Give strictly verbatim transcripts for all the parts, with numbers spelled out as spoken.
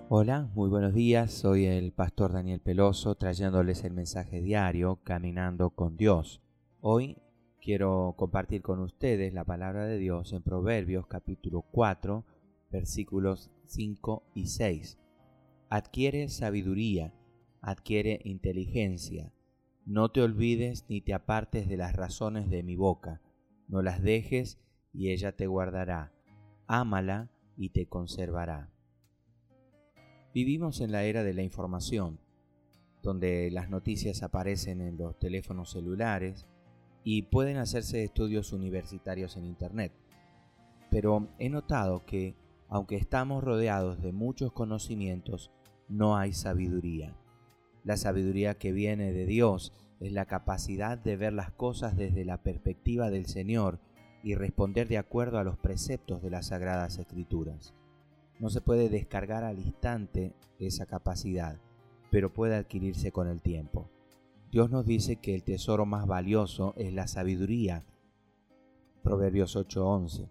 Hola, muy buenos días, soy el pastor Daniel Peloso trayéndoles el mensaje diario Caminando con Dios. Hoy quiero compartir con ustedes la palabra de Dios en Proverbios capítulo cuatro, versículos cinco y seis. Adquiere sabiduría, adquiere inteligencia, no te olvides ni te apartes de las razones de mi boca, no las dejes y ella te guardará, ámala y te conservará. Vivimos en la era de la información, donde las noticias aparecen en los teléfonos celulares y pueden hacerse estudios universitarios en Internet. Pero he notado que, aunque estamos rodeados de muchos conocimientos, no hay sabiduría. La sabiduría que viene de Dios es la capacidad de ver las cosas desde la perspectiva del Señor y responder de acuerdo a los preceptos de las Sagradas Escrituras. No se puede descargar al instante esa capacidad, pero puede adquirirse con el tiempo. Dios nos dice que el tesoro más valioso es la sabiduría. Proverbios ocho once.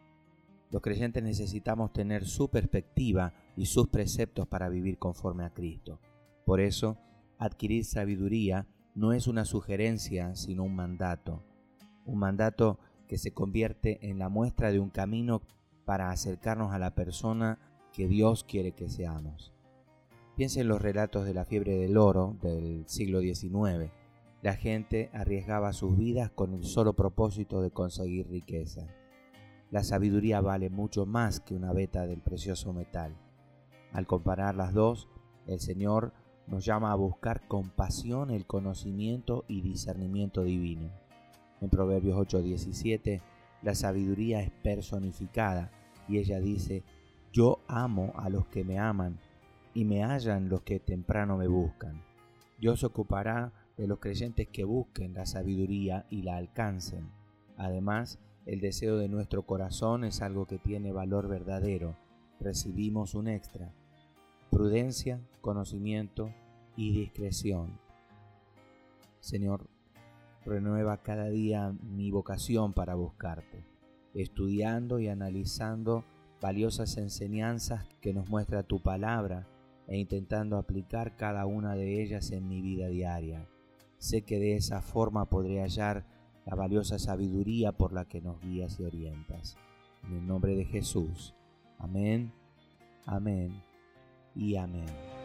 Los creyentes necesitamos tener su perspectiva y sus preceptos para vivir conforme a Cristo. Por eso, adquirir sabiduría no es una sugerencia, sino un mandato. Un mandato que se convierte en la muestra de un camino para acercarnos a la persona que Dios quiere que seamos. Piensen en los relatos de la fiebre del oro del siglo diecinueve. La gente arriesgaba sus vidas con el solo propósito de conseguir riqueza. La sabiduría vale mucho más que una veta del precioso metal. Al comparar las dos, el Señor nos llama a buscar con pasión el conocimiento y discernimiento divino. En Proverbios ocho diecisiete, la sabiduría es personificada y ella dice: yo amo a los que me aman y me hallan los que temprano me buscan. Dios se ocupará de los creyentes que busquen la sabiduría y la alcancen. Además, el deseo de nuestro corazón es algo que tiene valor verdadero. Recibimos un extra: prudencia, conocimiento y discreción. Señor, renueva cada día mi vocación para buscarte, estudiando y analizando valiosas enseñanzas que nos muestra tu palabra e intentando aplicar cada una de ellas en mi vida diaria. Sé que de esa forma podré hallar la valiosa sabiduría por la que nos guías y orientas. En el nombre de Jesús. Amén, amén y amén.